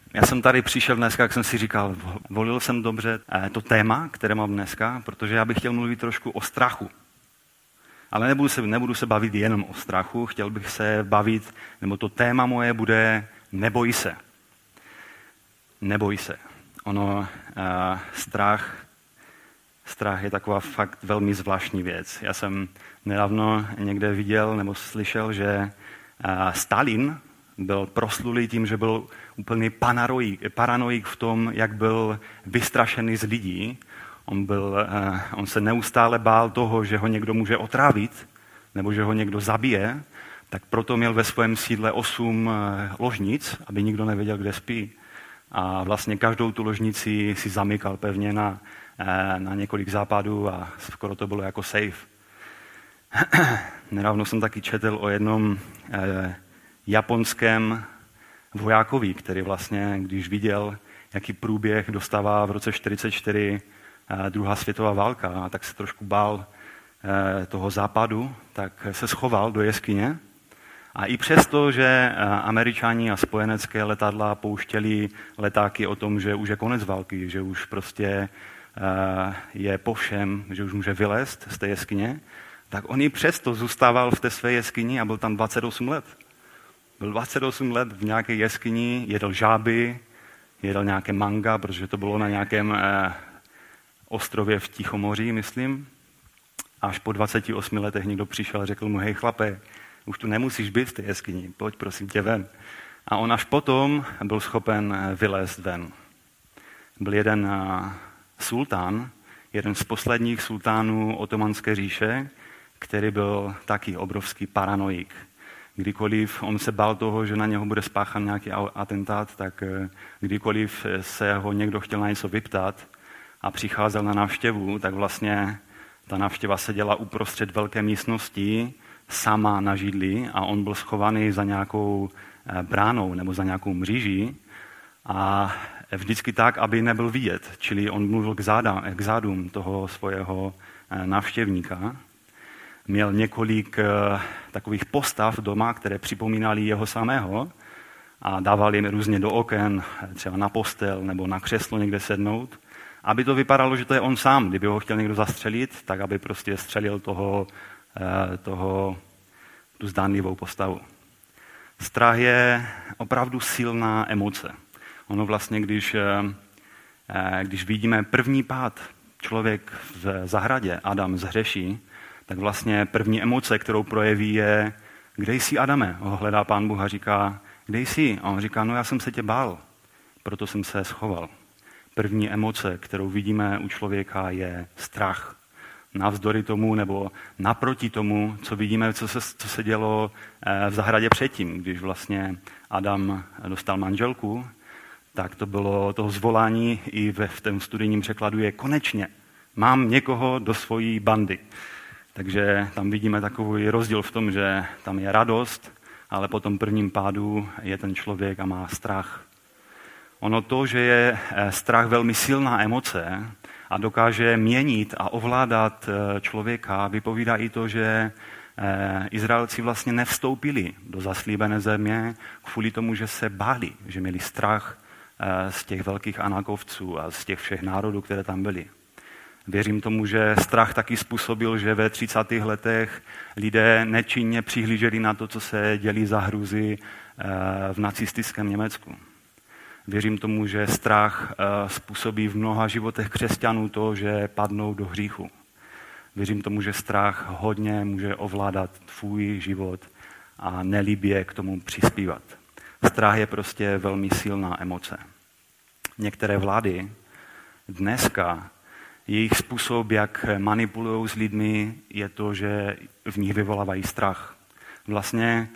Já jsem tady přišel dneska, jak jsem si říkal, volil jsem dobře to téma, které mám dneska, protože já bych chtěl mluvit trošku o strachu. Ale nebudu se bavit jenom o strachu, chtěl bych se bavit, nebo to téma moje bude neboj se. Neboj se. Strach je taková fakt velmi zvláštní věc. Já jsem nedávno někde viděl nebo slyšel, že Stalin byl proslulý tím, že byl úplný paranoik v tom, jak byl vystrašený z lidí. On se neustále bál toho, že ho někdo může otrávit, nebo že ho někdo zabije, tak proto měl ve svém sídle 8 ložnic, aby nikdo nevěděl, kde spí. A vlastně každou tu ložnici si zamykal pevně na několik západů a skoro to bylo jako safe. Nedávno jsem taky četl o jednom japonském vojákovi, který vlastně, když viděl, jaký průběh dostává v roce 1944 druhá světová válka, tak se trošku bál toho západu, tak se schoval do jeskyně. A i přesto, že Američani a spojenecké letadla pouštěli letáky o tom, že už je konec války, že už prostě je po všem, že už může vylézt z té jeskyně, tak on i přesto zůstával v té své jeskyni a byl tam 28 let. Byl 28 let v nějaké jeskyni, jedl žáby, jedl nějaké manga, protože to bylo na nějakém ostrově v Tichomoří, myslím. Až po 28 letech někdo přišel a řekl mu, hej chlape, už tu nemusíš být v té jeskyni, pojď prosím tě ven. A on až potom byl schopen vylézt ven. Byl jeden sultán, jeden z posledních sultánů Otomanské říše, který byl taky obrovský paranoik. Kdykoliv on se bál toho, že na něho bude spáchan nějaký atentát, tak kdykoliv se ho někdo chtěl na něco vyptat a přicházel na návštěvu, tak vlastně ta návštěva seděla uprostřed velké místnosti, sama na židli a on byl schovaný za nějakou bránou nebo za nějakou mříží a vždycky tak, aby nebyl vidět. Čili on mluvil k zádům toho svého návštěvníka. Měl několik takových postav doma, které připomínaly jeho samého a dával jim různě do oken, třeba na postel nebo na křeslo někde sednout, aby to vypadalo, že to je on sám. Kdyby ho chtěl někdo zastřelit, tak aby prostě střelil tu zdánlivou postavu. Strach je opravdu silná emoce. Ono vlastně, když vidíme první pád, člověk v zahradě, Adam zhřeší, tak vlastně první emoce, kterou projeví, je, kde jsi, Adame? Ho hledá Pán Bůh a říká, kde jsi? A on říká, no já jsem se tě bál, proto jsem se schoval. První emoce, kterou vidíme u člověka, je strach. Navzdory tomu nebo naproti tomu, co vidíme, co se dělo v zahradě předtím, když vlastně Adam dostal manželku, tak to bylo toho zvolání i v tom studijním překladu je konečně. Mám někoho do svojí bandy. Takže tam vidíme takový rozdíl v tom, že tam je radost, ale po tom prvním pádu je ten člověk a má strach. Ono to, že je strach velmi silná emoce a dokáže měnit a ovládat člověka, vypovídá i to, že Izraelci vlastně nevstoupili do zaslíbené země kvůli tomu, že se báli, že měli strach z těch velkých Anakovců a z těch všech národů, které tam byly. Věřím tomu, že strach taky způsobil, že ve 30. letech lidé nečinně přihlíželi na to, co se dělí za hrůzy v nacistickém Německu. Věřím tomu, že strach způsobí v mnoha životech křesťanů to, že padnou do hříchu. Věřím tomu, že strach hodně může ovládat tvůj život a nelibě k tomu přispívat. Strach je prostě velmi silná emoce. Některé vlády dneska, jejich způsob, jak manipulují s lidmi, je to, že v nich vyvolávají strach. Vlastně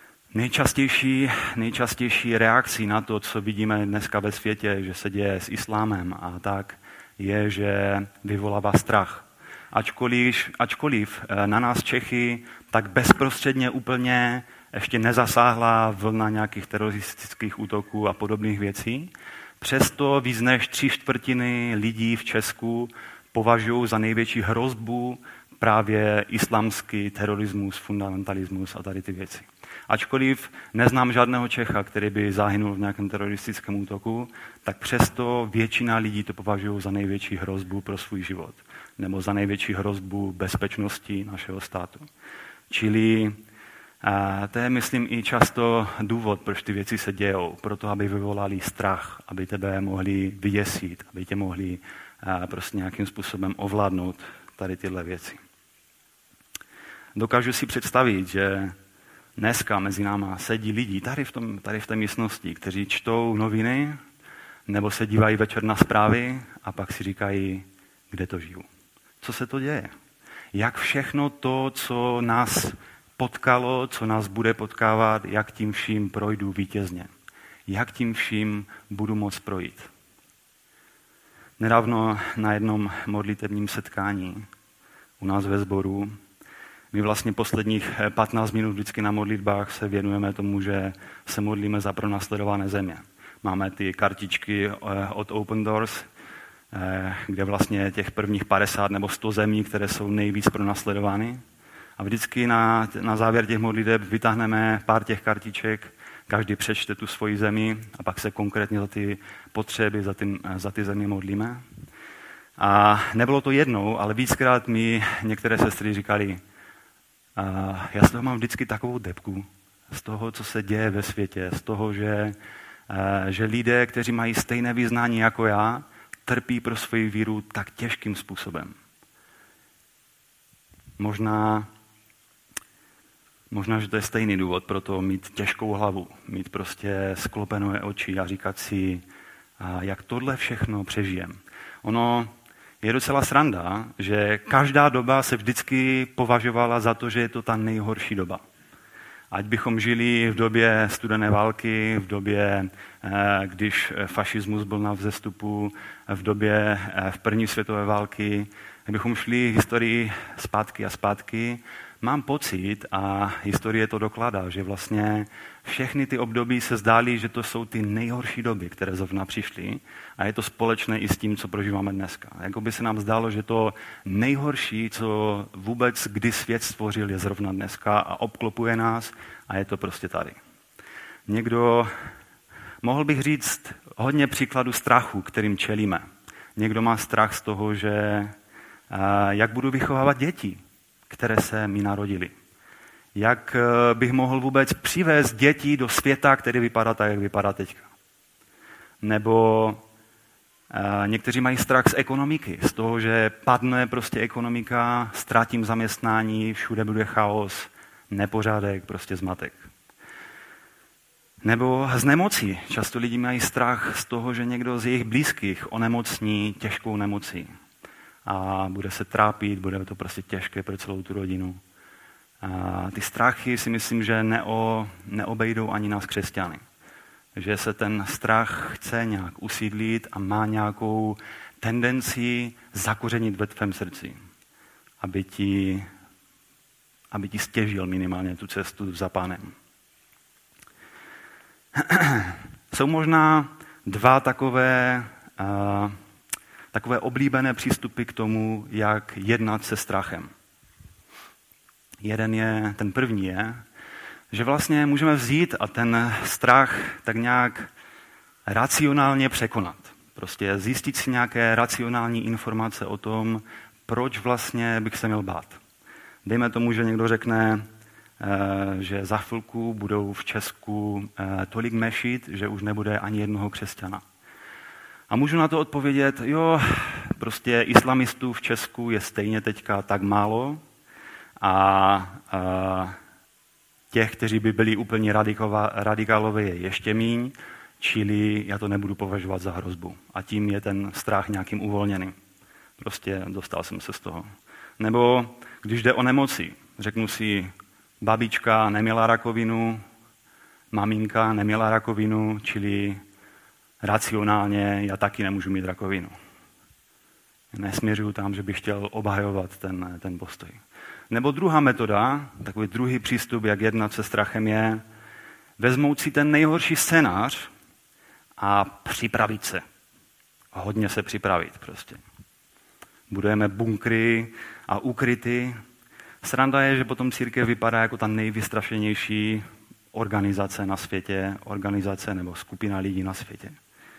nejčastější reakcí na to, co vidíme dneska ve světě, že se děje s islámem a tak, je, že vyvolává strach. Ačkoliv na nás Čechy tak bezprostředně úplně ještě nezasáhla vlna nějakých teroristických útoků a podobných věcí, přesto víc než 3/4 lidí v Česku považují za největší hrozbu právě islámský terorismus, fundamentalismus a tady ty věci. Ačkoliv neznám žádného Čecha, který by zahynul v nějakém teroristickém útoku, tak přesto většina lidí to považují za největší hrozbu pro svůj život nebo za největší hrozbu bezpečnosti našeho státu. Čili to je, myslím, i často důvod, proč ty věci se dějou, proto aby vyvolali strach, aby tebe mohli vyděsit, aby tě mohli prostě nějakým způsobem ovládnout tady tyhle věci. Dokážu si představit, že dneska mezi náma sedí lidi tady v té místnosti, kteří čtou noviny nebo se dívají večer na zprávy a pak si říkají, kde to žiju. Co se to děje? Jak všechno to, co nás potkalo, co nás bude potkávat, jak tím vším projdu vítězně. Jak tím vším budu moct projít. Nedávno na jednom modlitebním setkání u nás ve sboru, my vlastně posledních 15 minut vždycky na modlitbách se věnujeme tomu, že se modlíme za pronásledované země. Máme ty kartičky od Open Doors, kde vlastně těch prvních 50 nebo 100 zemí, které jsou nejvíc pronásledovány. A vždycky na závěr těch modliteb vytáhneme pár těch kartiček, každý přečte tu svoji zemi a pak se konkrétně za ty potřeby, za ty země modlíme. A nebylo to jednou, ale víckrát mi některé sestry říkali, já z toho mám vždycky takovou depku, z toho, co se děje ve světě, z toho, že lidé, kteří mají stejné vyznání jako já, trpí pro svoji víru tak těžkým způsobem. Možná, že to je stejný důvod pro to mít těžkou hlavu, mít prostě sklopené oči a říkat si, jak tohle všechno přežijem. Ono je docela sranda, že každá doba se vždycky považovala za to, že je to ta nejhorší doba. Ať bychom žili v době studené války, v době, když fašismus byl na vzestupu, v době v první světové války, kdybychom šli historii zpátky a zpátky, mám pocit, a historie to dokládá, že vlastně všechny ty období se zdály, že to jsou ty nejhorší doby, které zrovna přišly a je to společné i s tím, co prožíváme dneska. Jako by se nám zdálo, že to nejhorší, co vůbec kdy svět stvořil, je zrovna dneska a obklopuje nás a je to prostě tady. Mohl bych říct hodně příkladů strachu, kterým čelíme. Někdo má strach z toho, že jak budu vychovávat děti, které se mi narodily. Jak bych mohl vůbec přivést děti do světa, který vypadá tak, jak vypadá teďka. Nebo někteří mají strach z ekonomiky, z toho, že padne prostě ekonomika, ztratím zaměstnání, všude bude chaos, nepořádek, prostě zmatek. Nebo z nemocí. Často lidi mají strach z toho, že někdo z jejich blízkých onemocní těžkou nemocí. A bude se trápit, bude to prostě těžké pro celou tu rodinu. A ty strachy si myslím, že neobejdou ani nás křesťany. Že se ten strach chce nějak usídlit a má nějakou tendenci zakořenit ve tvém srdci. Aby ti stěžil minimálně tu cestu za Pánem. Jsou možná dva takové oblíbené přístupy k tomu, jak jednat se strachem. Ten první je, že vlastně můžeme vzít a ten strach tak nějak racionálně překonat. Prostě zjistit si nějaké racionální informace o tom, proč vlastně bych se měl bát. Dejme tomu, že někdo řekne, že za chvilku budou v Česku tolik mešit, že už nebude ani jednoho křesťana. A můžu na to odpovědět, prostě islamistů v Česku je stejně teďka tak málo a těch, kteří by byli úplně radikálové, je ještě míň, čili já to nebudu považovat za hrozbu. A tím je ten strach nějakým uvolněný. Prostě dostal jsem se z toho. Nebo když jde o nemoci, řeknu si, babička neměla rakovinu, maminka neměla rakovinu, čili racionálně já taky nemůžu mít rakovinu. Nesměřuju tam, že bych chtěl obhajovat ten postoj. Nebo druhá metoda, takový druhý přístup, jak jednat se strachem je vezmout si ten nejhorší scénář a připravit se. Hodně se připravit prostě. Budujeme bunkry a ukryty. Sranda je, že potom církev vypadá jako ta nejvystrašenější organizace na světě, organizace nebo skupina lidí na světě.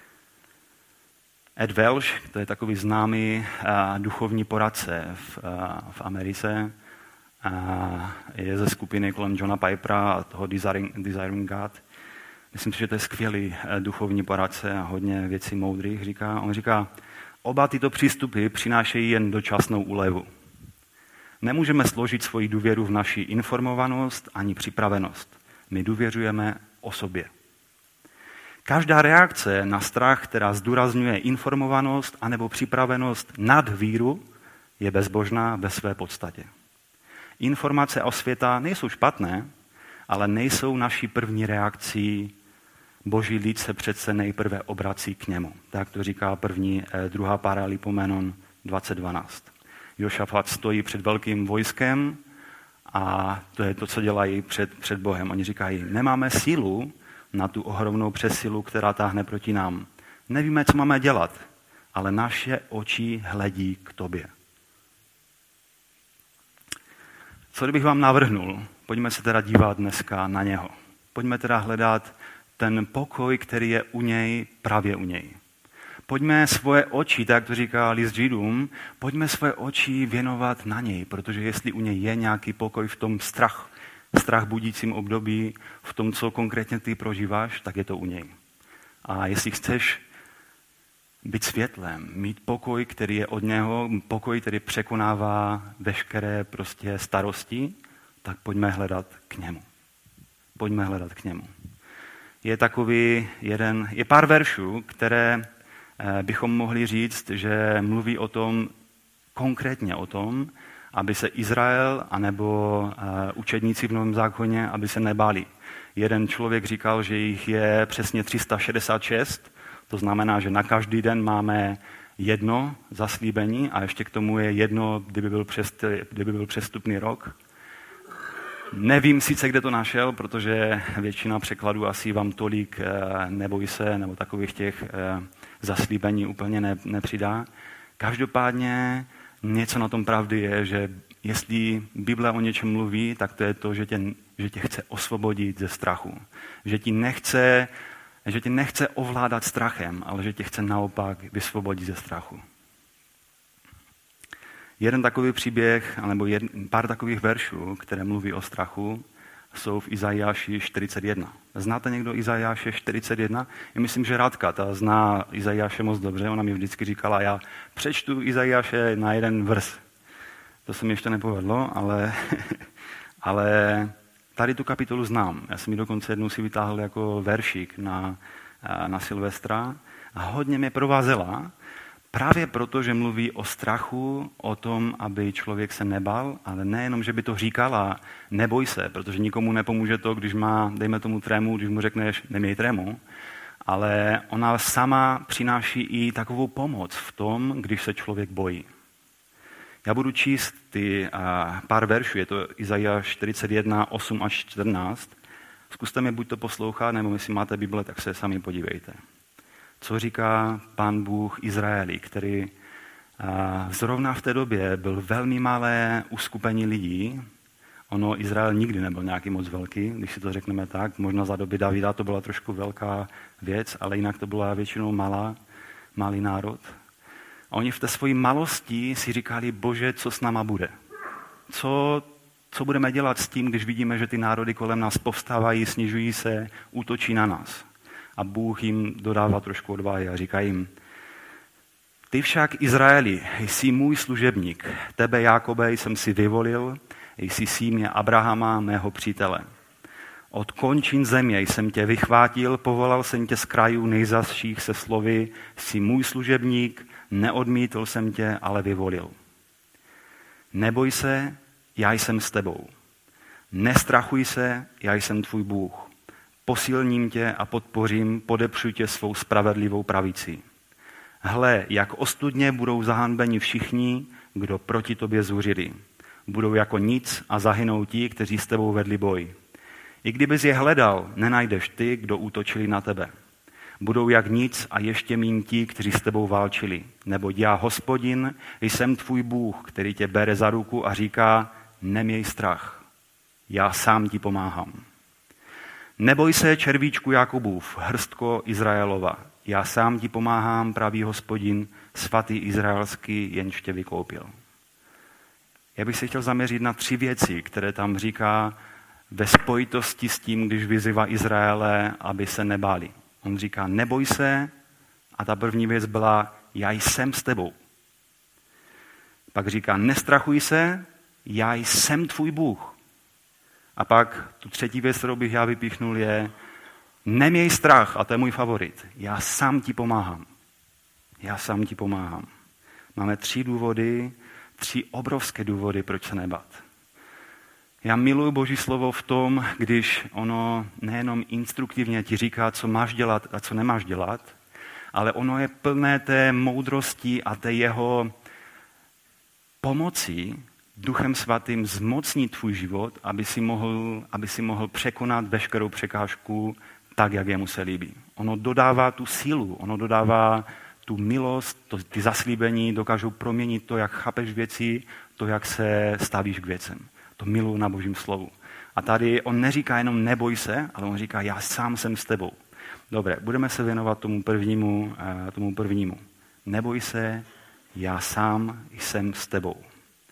Ed Welch, to je takový známý duchovní poradce v Americe, je ze skupiny kolem Johna Pipera a toho Desiring God. Myslím si, že to je skvělý duchovní poradce a hodně věcí moudrých. On říká, oba tyto přístupy přinášejí jen dočasnou úlevu. Nemůžeme složit svoji důvěru v naši informovanost ani připravenost. My důvěřujeme o sobě. Každá reakce na strach, která zdůrazňuje informovanost anebo připravenost nad víru, je bezbožná ve své podstatě. Informace o světa nejsou špatné, ale nejsou naší první reakcí. Boží lid se přece nejprve obrací k němu. Tak to říká druhá Paralipomenon 20:12. Jošafat stojí před velkým vojskem a to je to, co dělají před Bohem. Oni říkají, nemáme sílu na tu ohromnou přesilu, která táhne proti nám. Nevíme, co máme dělat, ale naše oči hledí k tobě. Co kdybych vám navrhnul? Pojďme se teda dívat dneska na něho. Pojďme teda hledat ten pokoj, který je u něj, právě u něj. Pojďme svoje oči, tak to říká list Židům, pojďme svoje oči věnovat na něj, protože jestli u něj je nějaký pokoj v tom strach budícím období, v tom, co konkrétně ty prožíváš, tak je to u něj. A jestli chceš být světlem, mít pokoj, který je od něho, pokoj, který překonává veškeré prostě starosti, tak pojďme hledat k němu. Pojďme hledat k němu. Je pár veršů, které bychom mohli říct, že mluví o tom, konkrétně o tom, aby se Izrael anebo učedníci v Novém zákoně, aby se nebáli. Jeden člověk říkal, že jich je přesně 366, to znamená, že na každý den máme jedno zaslíbení a ještě k tomu je jedno, kdyby byl přestupný rok. Nevím sice, kde to našel, protože většina překladů asi vám tolik neboj se, nebo takových těch zaslíbení úplně nepřidá. Každopádně něco na tom pravdy je, že jestli Bible o něčem mluví, tak to je to, že tě chce osvobodit ze strachu. Že tě nechce ovládat strachem, ale že tě chce naopak vysvobodit ze strachu. Jeden takový příběh, nebo pár takových veršů, které mluví o strachu, jsou v Izajáši 41. Znáte někdo Izajáše 41? Já myslím, že Radka, ta zná Izajáše moc dobře, ona mi vždycky říkala, já přečtu Izajáše na jeden verš. To se mi ještě nepovedlo, ale tady tu kapitolu znám. Já jsem ji dokonce jednou si vytáhl jako veršík na Silvestra a hodně mě provázela, právě proto, že mluví o strachu, o tom, aby člověk se nebal, ale nejenom, že by to říkala, neboj se, protože nikomu nepomůže to, když má, dejme tomu trému, když mu řekneš, neměj trému, ale ona sama přináší i takovou pomoc v tom, když se člověk bojí. Já budu číst ty pár veršů, je to Izajáš 41, 8 až 14. Zkuste mi buď to poslouchat, nebo jestli máte Bible, tak se sami podívejte. Co říká Pán Bůh Izraeli, který zrovna v té době byl velmi malé uskupení lidí. Ono, Izrael nikdy nebyl nějaký moc velký, když si to řekneme tak. Možná za doby Davida to byla trošku velká věc, ale jinak to byla většinou malý národ. A oni v té svojí malosti si říkali, Bože, co s náma bude? Co budeme dělat s tím, když vidíme, že ty národy kolem nás povstávají, snižují se, útočí na nás? A Bůh jim dodává trošku odvahy a říká jim, ty však, Izraeli, jsi můj služebník, tebe, Jákobe, jsem si vyvolil, jsi syn Abrahama, mého přítele. Od končin země jsem tě vychvátil, povolal jsem tě z krajů nejzazších se slovy, jsi můj služebník, neodmítl jsem tě, ale vyvolil. Neboj se, já jsem s tebou. Nestrachuj se, já jsem tvůj Bůh. Posilním tě a podpořím, podepřu tě svou spravedlivou pravicí. Hle, jak ostudně budou zahanbeni všichni, kdo proti tobě zuřili. Budou jako nic a zahynou ti, kteří s tebou vedli boj. I kdybys je hledal, nenajdeš ty, kdo útočili na tebe. Budou jak nic a ještě míň ti, kteří s tebou válčili. Neboť já, Hospodin, jsem tvůj Bůh, který tě bere za ruku a říká, neměj strach, já sám ti pomáhám. Neboj se, červíčku Jakubův, hrstko Izraelova, já sám ti pomáhám, praví Hospodin, svatý izraelský, jenž tě vykoupil. Já bych se chtěl zaměřit na 3 věci, které tam říká ve spojitosti s tím, když vyzývá Izraele, aby se nebáli. On říká, neboj se, a ta první věc byla, já jsem s tebou. Pak říká, nestrachuj se, já jsem tvůj Bůh. A pak tu 3. věc, kterou bych já vypíchnul, je, neměj strach, a to je můj favorit, já sám ti pomáhám. Já sám ti pomáhám. Máme 3 důvody, 3 obrovské důvody, proč se nebát. Já miluji Boží slovo v tom, když ono nejenom instruktivně ti říká, co máš dělat a co nemáš dělat, ale ono je plné té moudrosti a té jeho pomoci Duchem Svatým zmocnit tvůj život, aby si mohl překonat veškerou překážku tak, jak jemu se líbí. Ono dodává tu sílu, ono dodává tu milost, ty zaslíbení dokážou proměnit to, jak chápeš věci, to, jak se stavíš k věcem. To miluji na Božím slovu. A tady on neříká jenom neboj se, ale on říká, já sám jsem s tebou. Dobré, budeme se věnovat tomu prvnímu. Neboj se, já sám jsem s tebou.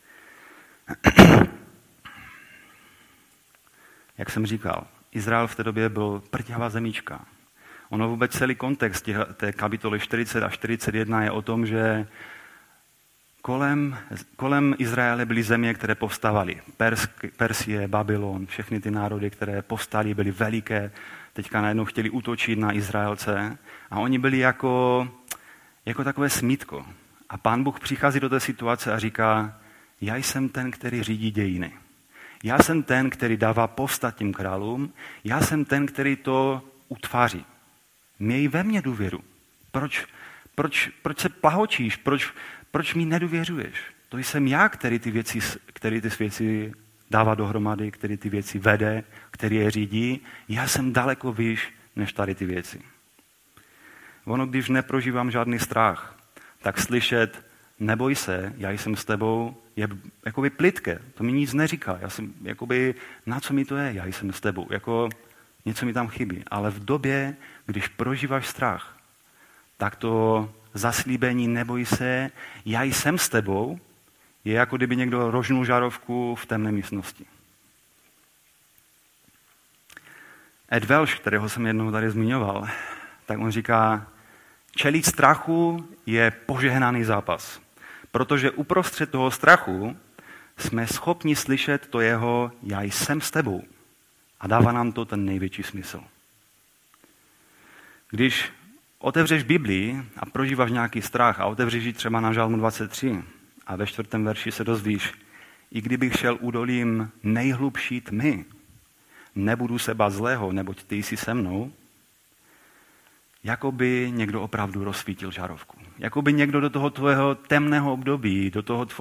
Jak jsem říkal, Izrael v té době byl prťavá zemíčka. Ono vůbec celý kontext té kapitoly 40 a 41 je o tom, že kolem Izraele byly země, které povstávaly. Persie, Babylon, všechny ty národy, které povstaly, byly veliké, teďka najednou chtěli útočit na Izraelce a oni byli jako takové smítko. A Pán Bůh přichází do té situace a říká, já jsem ten, který řídí dějiny. Já jsem ten, který dává povstat tím králům, já jsem ten, který to utváří. Měj ve mně důvěru. Proč se plahočíš? Proč mi nedůvěřuješ? To jsem já, který ty věci dává dohromady, který ty věci vede, který je řídí. Já jsem daleko výš než tady ty věci. Ono, když neprožívám žádný strach, tak slyšet, neboj se, já jsem s tebou, je jakoby plitké. To mi nic neříká. Já jsem, jakoby, na co mi to je, já jsem s tebou. Jako, něco mi tam chybí. Ale v době, když prožíváš strach, tak to zaslíbení neboj se, já jsem s tebou, je jako kdyby někdo rožnul žárovku v temné místnosti. Ed Welch, kterého jsem jednou tady zmiňoval, tak on říká, čelit strachu je požehnaný zápas, protože uprostřed toho strachu jsme schopni slyšet to jeho já jsem s tebou a dává nám to ten největší smysl. Když otevřeš Biblii a prožíváš nějaký strach a otevřeš ji třeba na Žalmu 23 a ve 4. verši se dozvíš, i kdybych šel údolím nejhlubší tmy, nebudu se bát zlého, neboť ty jsi se mnou, jako by někdo opravdu rozsvítil žárovku. Jako by někdo do toho tvého temného období,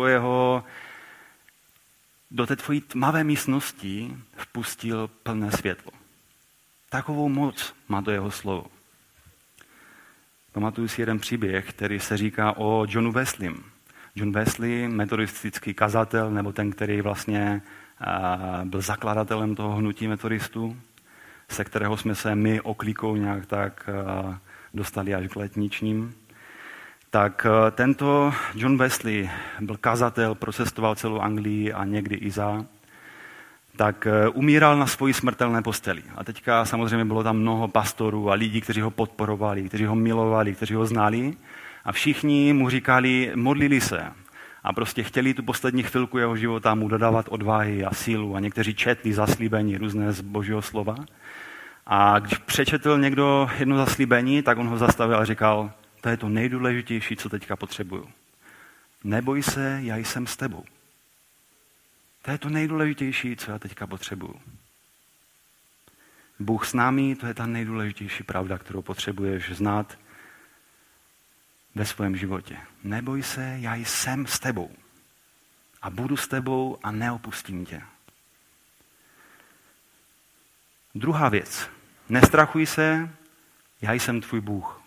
do té tvojí tmavé místnosti vpustil plné světlo. Takovou moc má to jeho slovo. Pamatuju si jeden příběh, který se říká o Johnu Wesleym. John Wesley, metodistický kazatel, nebo ten, který vlastně byl zakladatelem toho hnutí metodistů, se kterého jsme se my oklikou nějak tak dostali až k letničním. Tak tento John Wesley byl kazatel, procestoval celou Anglii a někdy i tak umíral na svoji smrtelné posteli. A teďka samozřejmě bylo tam mnoho pastorů a lidí, kteří ho podporovali, kteří ho milovali, kteří ho znali. A všichni mu říkali, modlili se. A prostě chtěli tu poslední chvilku jeho života mu dodávat odvahy a sílu. A někteří četli zaslíbení různé z Božího slova. A když přečetl někdo jedno zaslíbení, tak on ho zastavil a říkal, to je to nejdůležitější, co teďka potřebuju. Neboj se, já jsem s tebou. To je to nejdůležitější, co já teďka potřebuju. Bůh s námi, to je ta nejdůležitější pravda, kterou potřebuješ znát ve svém životě. Neboj se, já jsem s tebou. A budu s tebou a neopustím tě. Druhá věc. Nestrachuj se, Já jsem tvůj Bůh.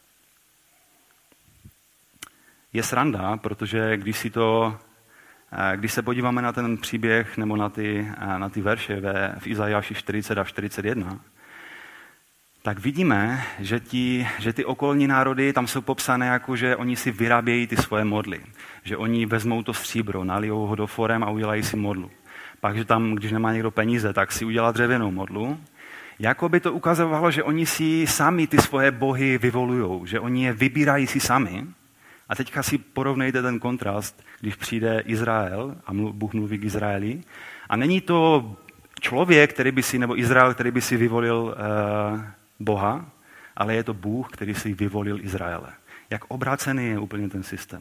Je sranda, protože když se podíváme na ten příběh nebo na ty verše v Izajáši 40 a 41, tak vidíme, že ty okolní národy tam jsou popsané jako, že oni si vyrábějí ty svoje modly. Že oni vezmou to stříbro, nalijou ho do forem a udělají si modlu. Pak, že tam, když nemá někdo peníze, tak si udělá dřevěnou modlu. Jako by to ukazovalo, že oni si sami ty svoje bohy vyvolujou, že oni je vybírají si sami. A teďka si porovnejte ten kontrast, když přijde Izrael a Bůh mluví k Izraeli. A není to člověk, nebo Izrael, který by si vyvolil Boha, ale je to Bůh, který si vyvolil Izraele. Jak obrácený je úplně ten systém.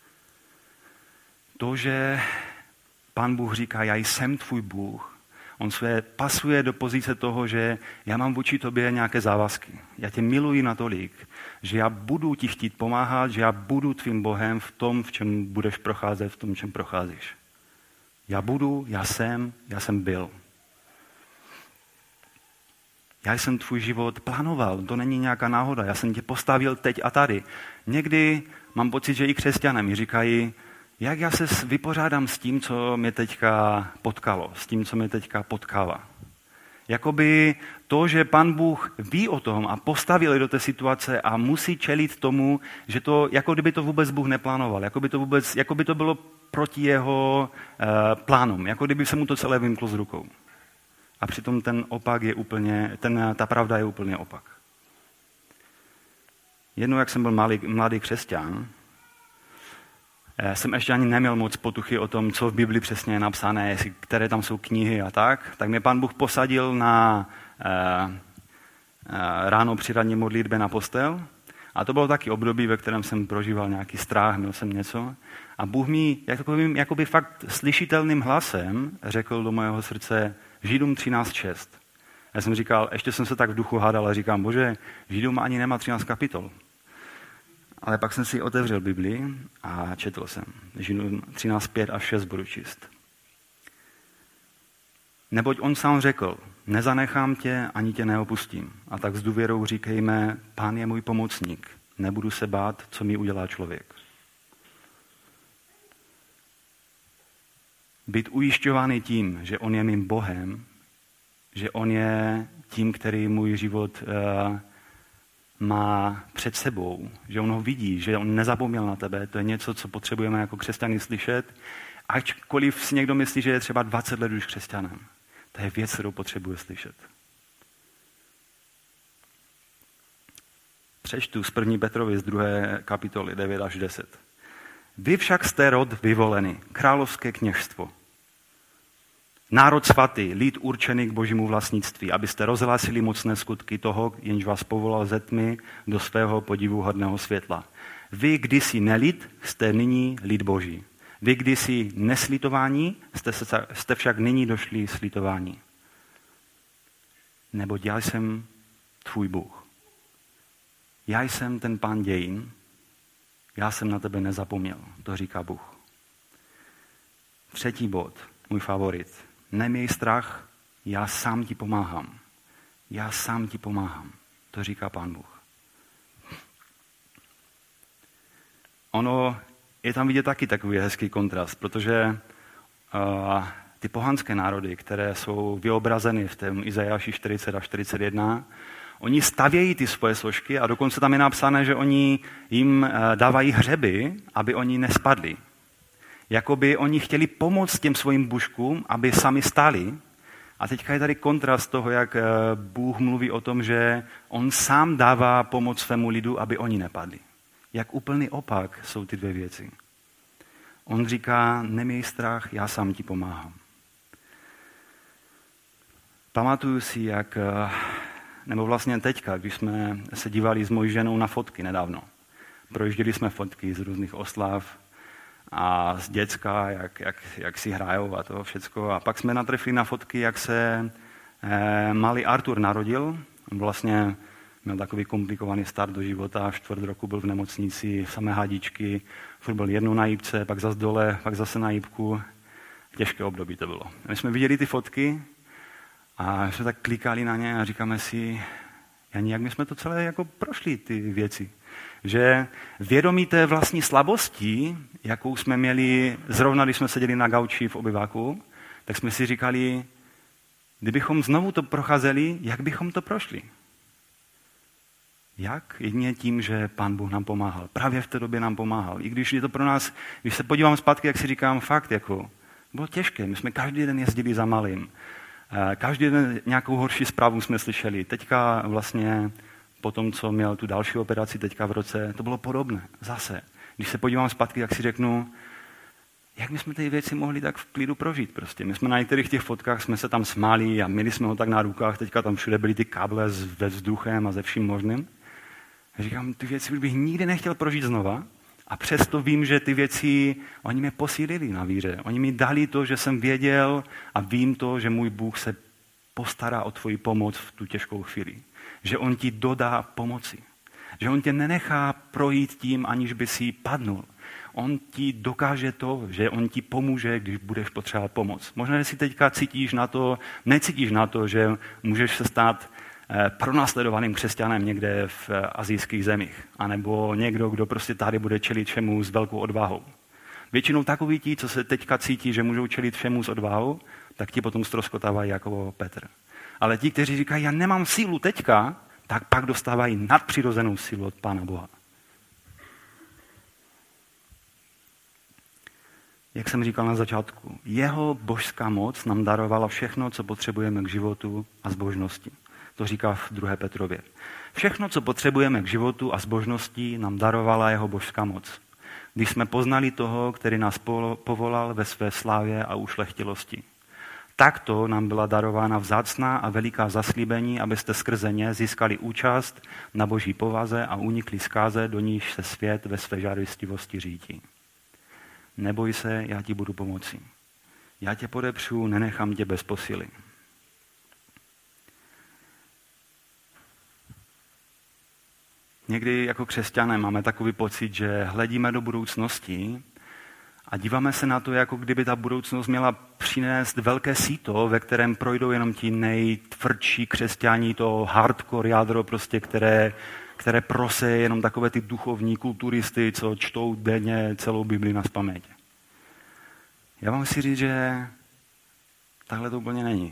To, že Pán Bůh říká, já jsem tvůj Bůh, on se pasuje do pozice toho, že já mám vůči tobě nějaké závazky. Já tě miluji natolik, že já budu ti chtít pomáhat, že já budu tvým Bohem v tom, v čem budeš procházet, v tom, v čem procházíš. Já jsem byl. Já jsem tvůj život plánoval, to není nějaká náhoda, já jsem tě postavil teď a tady. Někdy mám pocit, že i křesťané mi říkají, jak já se vypořádám s tím, co mě teďka potkalo, s tím, co mě teďka potkává. Jakoby to, že Pan Bůh ví o tom a postavil je do té situace a musí čelit tomu, že to, jako kdyby to vůbec Bůh neplánoval, jako by to bylo proti jeho plánům, jako kdyby se mu to celé vymklo z rukou. A přitom ten opak je úplně, ta pravda je úplně opak. Jednou, jak jsem byl mladý křesťan, jsem ještě ani neměl moc potuchy o tom, co v Bibli přesně je napsané, které tam jsou knihy a tak mě Pán Bůh posadil na ráno při ranní modlitbě na postel. A to bylo taky období, ve kterém jsem prožíval nějaký strach, měl jsem něco. A Bůh mi jakoby fakt slyšitelným hlasem řekl do mého srdce Židům 13:6. Já jsem říkal, ještě jsem se tak v duchu hádal a říkám, Bože, Židům ani nemá 13 kapitol. Ale pak jsem si otevřel Bibli a četl jsem. Židům 13:5 až 6 budu číst. Neboť on sám řekl, nezanechám tě, ani tě neopustím. A tak s důvěrou říkejme, Pán je můj pomocník, nebudu se bát, co mi udělá člověk. Být ujišťovaný tím, že on je mým Bohem, že on je tím, který můj život má před sebou, že on ho vidí, že on nezapomněl na tebe, to je něco, co potřebujeme jako křesťané slyšet, ačkoliv si někdo myslí, že je třeba 20 let už křesťanem. To je věc, kterou potřebuje slyšet. Přečtu z 1. Petrovi z 2. kapitoly 9 až 10. Vy však jste rod vyvolený, královské kněžstvo. Národ svatý, lid určený k božímu vlastnictví, abyste rozhlásili mocné skutky toho, jenž vás povolal ze tmy do svého podivuhodného světla. Vy kdysi nelid, jste nyní lid boží. Vy kdysi neslitování, jste však nyní došli slitování. Neboť já jsem tvůj Bůh. Já jsem ten Pán dějin, já jsem na tebe nezapomněl, to říká Bůh. 3. bod, můj favorit. Neměj strach, já sám ti pomáhám. Já sám ti pomáhám, to říká Pán Bůh. Ono je tam vidět taky takový hezký kontrast, protože ty pohanské národy, které jsou vyobrazeny v tom Izajáši 40 a 41, oni stavějí ty svoje složky a dokonce tam je napsané, že oni jim dávají hřeby, aby oni nespadli. Jakoby oni chtěli pomoct těm svým buškům, aby sami stáli. A teďka je tady kontrast toho, jak Bůh mluví o tom, že on sám dává pomoc svému lidu, aby oni nepadli. Jak úplný opak jsou ty dvě věci. On říká, neměj strach, já sám ti pomáhám. Pamatuju si, nebo vlastně teďka, když jsme se dívali s mojí ženou na fotky nedávno. Projížděli jsme fotky z různých oslav a z děcka, jak si hrajou a to všecko. A pak jsme natrefili na fotky, jak se malý Artur narodil. On vlastně měl takový komplikovaný start do života, 4 roku byl v nemocnici, samé hadičky, furt byl jednou na jípce, pak zase dole, pak zase na jípku. Těžké období to bylo. My jsme viděli ty fotky a jsme tak klikali na ně a říkáme si, Ani jak my jsme to celé jako prošli, ty věci. Že vědomí té vlastní slabosti, jakou jsme měli zrovna, když jsme seděli na gauči v obyváku, tak jsme si říkali, kdybychom znovu to procházeli, jak bychom to prošli? Jak? Jedině tím, že Pán Bůh nám pomáhal. Právě v té době nám pomáhal. I když je to pro nás, když se podívám zpátky, jak si říkám, fakt, jako, bylo těžké. My jsme každý den jezdili za malým. Každý den nějakou horší zprávu jsme slyšeli. Teďka vlastně po tom, co měl tu další operaci teďka v roce, to bylo podobné. Zase. Když se podívám zpátky, jak si řeknu, jak my jsme ty věci mohli tak v klidu prožít prostě. My jsme na některých těch fotkách jsme se tam smáli a měli jsme ho tak na rukách, teďka tam všude byly ty káble ve vzduchem a ze vším možným. A říkám, ty věci bych nikdy nechtěl prožít znova a přesto vím, že ty věci, oni mě posílili na víře. Oni mi dali to, že jsem věděl a vím to, že můj Bůh se postará o tvoji pomoc v tu těžkou chvíli. Že on ti dodá pomoci. Že on tě nenechá projít tím, aniž by si padnul. On ti dokáže to, že on ti pomůže, když budeš potřebovat pomoc. Možná, že si teďka necítíš na to, že můžeš se stát pronásledovaným křesťanem někde v asijských zemích. Anebo někdo, kdo prostě tady bude čelit všemu s velkou odvahou. Většinou takoví ti, co se teďka cítí, že můžou čelit všemu s odvahou, tak ti potom ztroskotávají jako Petr. Ale ti, kteří říkají, já nemám sílu teďka, tak pak dostávají nadpřirozenou sílu od Pána Boha. Jak jsem říkal na začátku, jeho božská moc nám darovala všechno, co potřebujeme k životu a zbožnosti. To říká v 2. Petrově. Všechno, co potřebujeme k životu a zbožnosti, nám darovala jeho božská moc. Když jsme poznali toho, který nás povolal ve své slávě a ušlechtilosti. Takto nám byla darována vzácná a veliká zaslíbení, abyste skrze ně získali účast na boží povaze a unikli zkáze, do níž se svět ve své žádostivosti řídí. Neboj se, já ti budu pomoci. Já tě podepřu, nenechám tě bez posily. Někdy jako křesťané máme takový pocit, že hledíme do budoucnosti a díváme se na to, jako kdyby ta budoucnost měla přinést velké síto, ve kterém projdou jenom ti nejtvrdší křesťaní, to hardcore jádro, prostě, které proseje jenom takové ty duchovní kulturisty, co čtou denně celou Bibli nazpaměť. Já vám chci říct, že takhle to úplně není.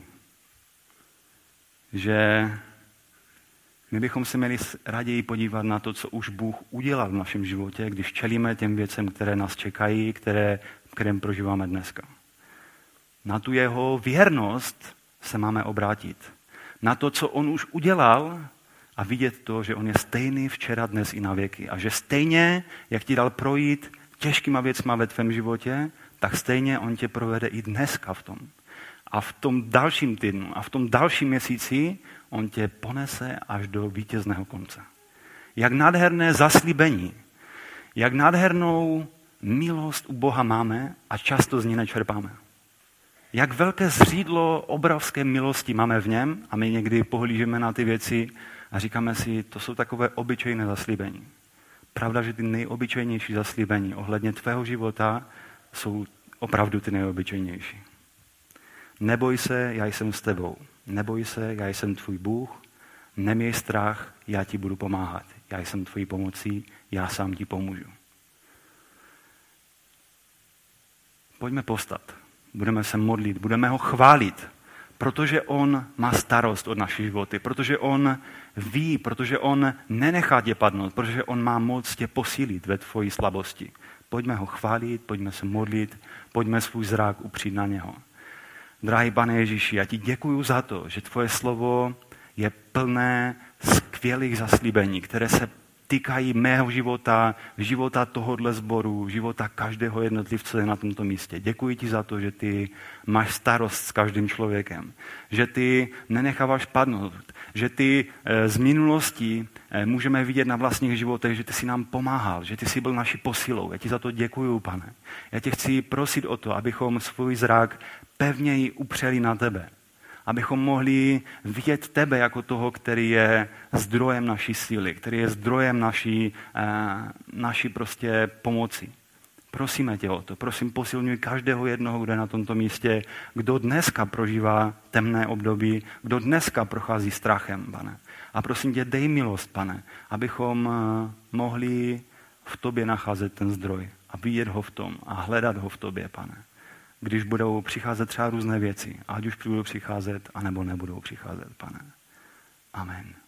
Že my bychom se měli raději podívat na to, co už Bůh udělal v našem životě, když čelíme těm věcem, které nás čekají, kterým prožíváme dneska. Na tu jeho věrnost se máme obrátit. Na to, co on už udělal a vidět to, že on je stejný včera, dnes i na věky. A že stejně, jak ti dal projít těžkýma věcma ve tvém životě, tak stejně on tě provede i dneska v tom. A v tom dalším týdnu a v tom dalším měsíci on tě ponese až do vítězného konce. Jak nádherné zaslíbení, jak nádhernou milost u Boha máme a často z ní nečerpáme. Jak velké zřídlo obrovské milosti máme v něm a my někdy pohlížíme na ty věci a říkáme si, to jsou takové obyčejné zaslíbení. Pravda, že ty nejobyčejnější zaslíbení ohledně tvého života jsou opravdu ty nejobyčejnější. Neboj se, já jsem s tebou. Neboj se, já jsem tvůj Bůh. Neměj strach, já ti budu pomáhat. Já jsem tvojí pomocí, já sám ti pomůžu. Pojďme povstat. Budeme se modlit, budeme ho chválit, protože on má starost od naší životy, protože on ví, protože on nenechá tě padnout, protože on má moc tě posílit ve tvojí slabosti. Pojďme ho chválit, pojďme se modlit, pojďme svůj zrak upřít na něho. Drahý Pane Ježíši, já ti děkuju za to, že tvoje slovo je plné skvělých zaslíbení, které se týkají mého života, života tohohle sboru, života každého jednotlivce na tomto místě. Děkuji ti za to, že ty máš starost s každým člověkem, že ty nenecháváš padnout, že ty z minulosti můžeme vidět na vlastních životech, že ty jsi nám pomáhal, že ty jsi byl naší posilou. Já ti za to děkuju, Pane. Já tě chci prosit o to, abychom svůj zrak pevněji upřeli na tebe. Abychom mohli vidět tebe jako toho, který je zdrojem naší síly, který je zdrojem naší prostě pomoci. Prosíme tě o to. Prosím, posilňuj každého jednoho, kdo je na tomto místě, kdo dneska prožívá temné období, kdo dneska prochází strachem, Pane. A prosím tě, dej milost, Pane, abychom mohli v tobě nacházet ten zdroj a vidět ho v tom a hledat ho v tobě, Pane. Když budou přicházet třeba různé věci, ať už budou přicházet, anebo nebudou přicházet, Pane. Amen.